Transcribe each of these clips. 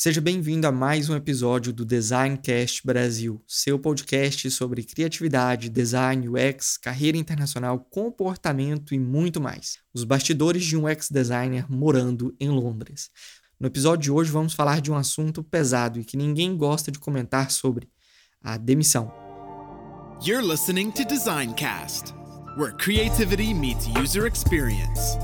Seja bem-vindo a mais um episódio do Designcast Brasil, seu podcast sobre criatividade, design, UX, carreira internacional, comportamento e muito mais. Os bastidores de um UX designer morando em Londres. No episódio de hoje vamos falar de um assunto pesado e que ninguém gosta de comentar sobre: a demissão. You're listening to Designcast, where creativity meets user experience.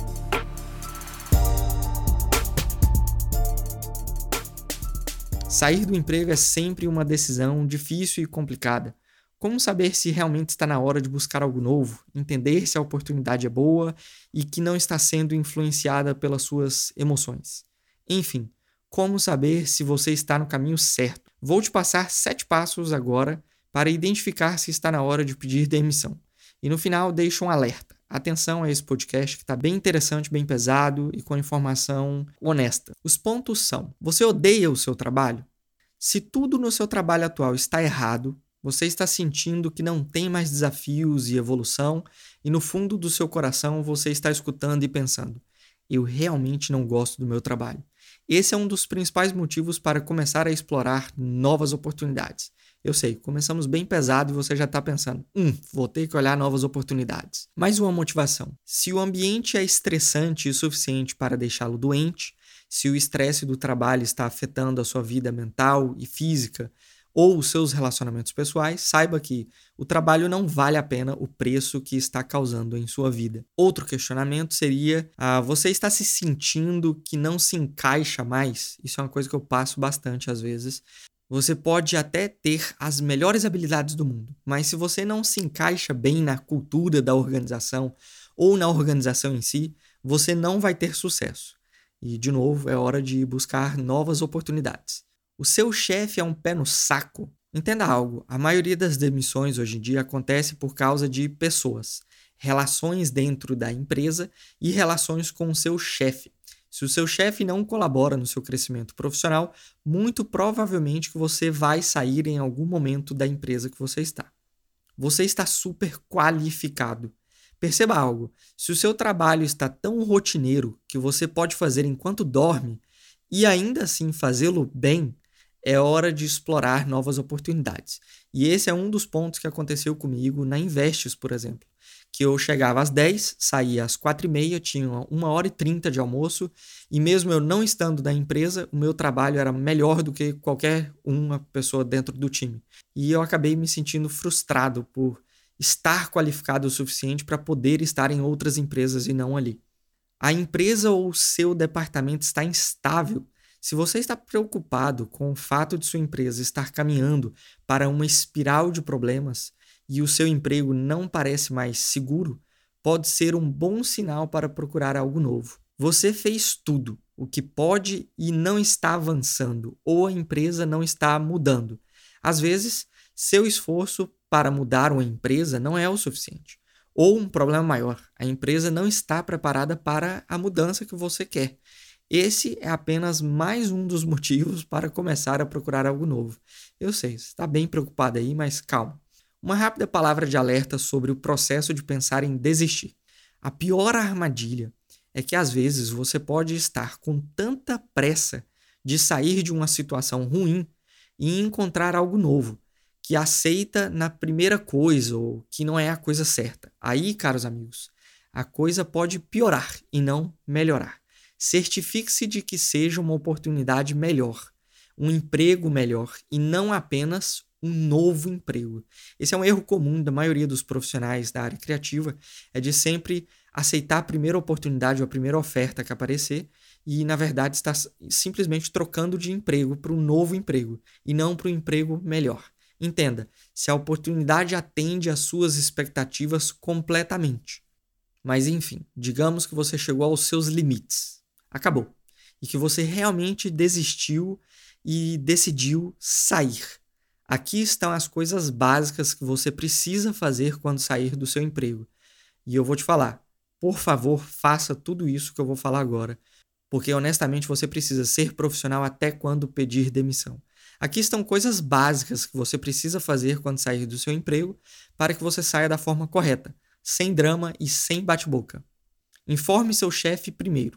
Sair do emprego é sempre uma decisão difícil e complicada. Como saber se realmente está na hora de buscar algo novo, entender se a oportunidade é boa e que não está sendo influenciada pelas suas emoções? Enfim, como saber se você está no caminho certo? Vou te passar 7 passos agora para identificar se está na hora de pedir demissão. E no final deixo um alerta. Atenção a esse podcast que está bem interessante, bem pesado e com informação honesta. Os pontos são: você odeia o seu trabalho? Se tudo no seu trabalho atual está errado, você está sentindo que não tem mais desafios e evolução, e no fundo do seu coração você está escutando e pensando: eu realmente não gosto do meu trabalho. Esse é um dos principais motivos para começar a explorar novas oportunidades. Eu sei, começamos bem pesado e você já está pensando: vou ter que olhar novas oportunidades. Mais uma motivação: se o ambiente é estressante o suficiente para deixá-lo doente, se o estresse do trabalho está afetando a sua vida mental e física ou os seus relacionamentos pessoais, saiba que o trabalho não vale a pena o preço que está causando em sua vida. Outro questionamento seria: você está se sentindo que não se encaixa mais? Isso é uma coisa que eu passo bastante às vezes. Você pode até ter as melhores habilidades do mundo, mas se você não se encaixa bem na cultura da organização ou na organização em si, você não vai ter sucesso. E, de novo, é hora de buscar novas oportunidades. O seu chefe é um pé no saco? Entenda algo, a maioria das demissões hoje em dia acontece por causa de pessoas, relações dentro da empresa e relações com o seu chefe. Se o seu chefe não colabora no seu crescimento profissional, muito provavelmente que você vai sair em algum momento da empresa que você está. Você está super qualificado. Perceba algo, se o seu trabalho está tão rotineiro que você pode fazer enquanto dorme e ainda assim fazê-lo bem, é hora de explorar novas oportunidades. E esse é um dos pontos que aconteceu comigo na Investis, por exemplo. Que eu chegava às 10, saía às 4h30, tinha 1h30 de almoço, e mesmo eu não estando na empresa, o meu trabalho era melhor do que qualquer uma pessoa dentro do time. E eu acabei me sentindo frustrado por estar qualificado o suficiente para poder estar em outras empresas e não ali. A empresa ou o seu departamento está instável. Se você está preocupado com o fato de sua empresa estar caminhando para uma espiral de problemas e o seu emprego não parece mais seguro, pode ser um bom sinal para procurar algo novo. Você fez tudo o que pode e não está avançando, ou a empresa não está mudando. Às vezes, seu esforço para mudar uma empresa não é o suficiente. Ou um problema maior, a empresa não está preparada para a mudança que você quer. Esse é apenas mais um dos motivos para começar a procurar algo novo. Eu sei, você está bem preocupado aí, mas calma. Uma rápida palavra de alerta sobre o processo de pensar em desistir. A pior armadilha é que às vezes você pode estar com tanta pressa de sair de uma situação ruim e encontrar algo novo, que aceita na primeira coisa ou que não é a coisa certa. Aí, caros amigos, a coisa pode piorar e não melhorar. Certifique-se de que seja uma oportunidade melhor, um emprego melhor e não apenas um novo emprego. Esse é um erro comum da maioria dos profissionais da área criativa, é de sempre aceitar a primeira oportunidade ou a primeira oferta que aparecer e, na verdade, está simplesmente trocando de emprego para um novo emprego e não para um emprego melhor. Entenda, se a oportunidade atende às suas expectativas completamente. Mas, enfim, digamos que você chegou aos seus limites. Acabou. E que você realmente desistiu e decidiu sair. Aqui estão as coisas básicas que você precisa fazer quando sair do seu emprego. E eu vou te falar, por favor, faça tudo isso que eu vou falar agora, porque honestamente você precisa ser profissional até quando pedir demissão. Aqui estão coisas básicas que você precisa fazer quando sair do seu emprego para que você saia da forma correta, sem drama e sem bate-boca. Informe seu chefe primeiro.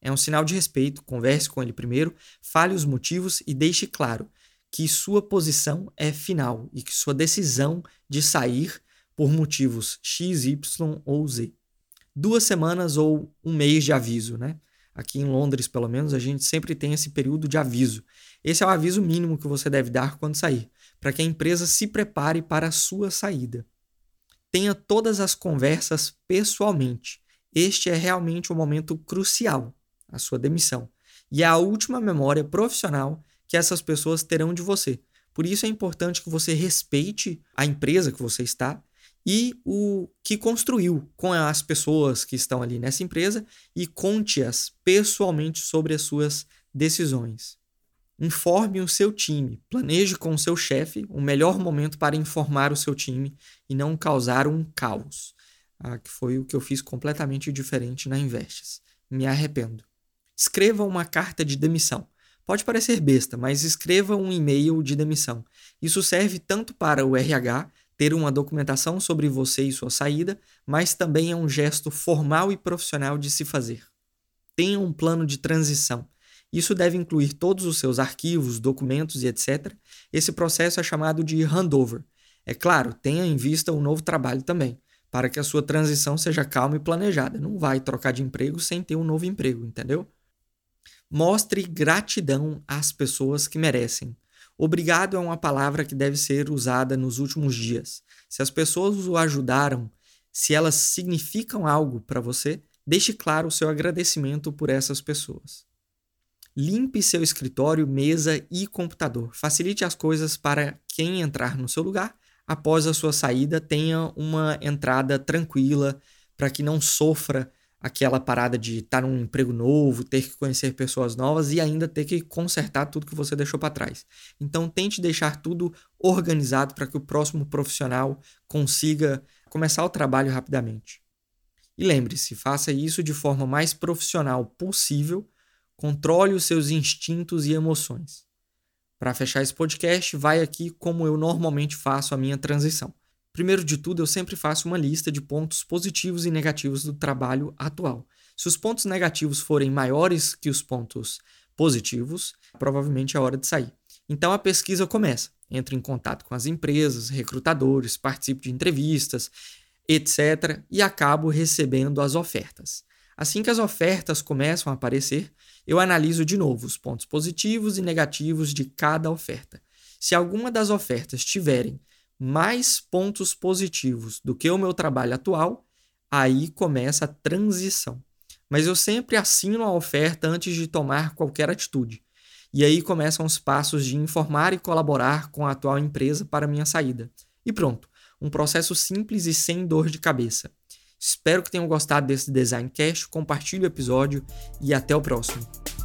É um sinal de respeito, converse com ele primeiro, fale os motivos e deixe claro que sua posição é final e que sua decisão de sair por motivos X, Y ou Z. 2 semanas ou 1 mês de aviso, né? Aqui em Londres, pelo menos, a gente sempre tem esse período de aviso. Esse é o aviso mínimo que você deve dar quando sair, para que a empresa se prepare para a sua saída. Tenha todas as conversas pessoalmente. Este é realmente um momento crucial, a sua demissão. E é a última memória profissional que essas pessoas terão de você. Por isso é importante que você respeite a empresa que você está e o que construiu com as pessoas que estão ali nessa empresa e conte-as pessoalmente sobre as suas decisões. Informe o seu time, planeje com o seu chefe o melhor momento para informar o seu time e não causar um caos, que foi o que eu fiz completamente diferente na Investis. Me arrependo. Escreva uma carta de demissão. Pode parecer besta, mas escreva um e-mail de demissão. Isso serve tanto para o RH ter uma documentação sobre você e sua saída, mas também é um gesto formal e profissional de se fazer. Tenha um plano de transição. Isso deve incluir todos os seus arquivos, documentos e etc. Esse processo é chamado de handover. É claro, tenha em vista um novo trabalho também, para que a sua transição seja calma e planejada. Não vai trocar de emprego sem ter um novo emprego, entendeu? Mostre gratidão às pessoas que merecem. Obrigado é uma palavra que deve ser usada nos últimos dias. Se as pessoas o ajudaram, se elas significam algo para você, deixe claro o seu agradecimento por essas pessoas. Limpe seu escritório, mesa e computador. Facilite as coisas para quem entrar no seu lugar. Após a sua saída, tenha uma entrada tranquila para que não sofra aquela parada de estar num emprego novo, ter que conhecer pessoas novas e ainda ter que consertar tudo que você deixou para trás. Então, tente deixar tudo organizado para que o próximo profissional consiga começar o trabalho rapidamente. E lembre-se, faça isso de forma mais profissional possível. Controle os seus instintos e emoções. Para fechar esse podcast, vai aqui como eu normalmente faço a minha transição. Primeiro de tudo, eu sempre faço uma lista de pontos positivos e negativos do trabalho atual. Se os pontos negativos forem maiores que os pontos positivos, provavelmente é hora de sair. Então a pesquisa começa. Entro em contato com as empresas, recrutadores, participo de entrevistas, etc. e acabo recebendo as ofertas. Assim que as ofertas começam a aparecer, eu analiso de novo os pontos positivos e negativos de cada oferta. Se alguma das ofertas tiverem mais pontos positivos do que o meu trabalho atual, aí começa a transição. Mas eu sempre assino a oferta antes de tomar qualquer atitude. E aí começam os passos de informar e colaborar com a atual empresa para minha saída. E pronto, um processo simples e sem dor de cabeça. Espero que tenham gostado desse Designcast, compartilhe o episódio e até o próximo.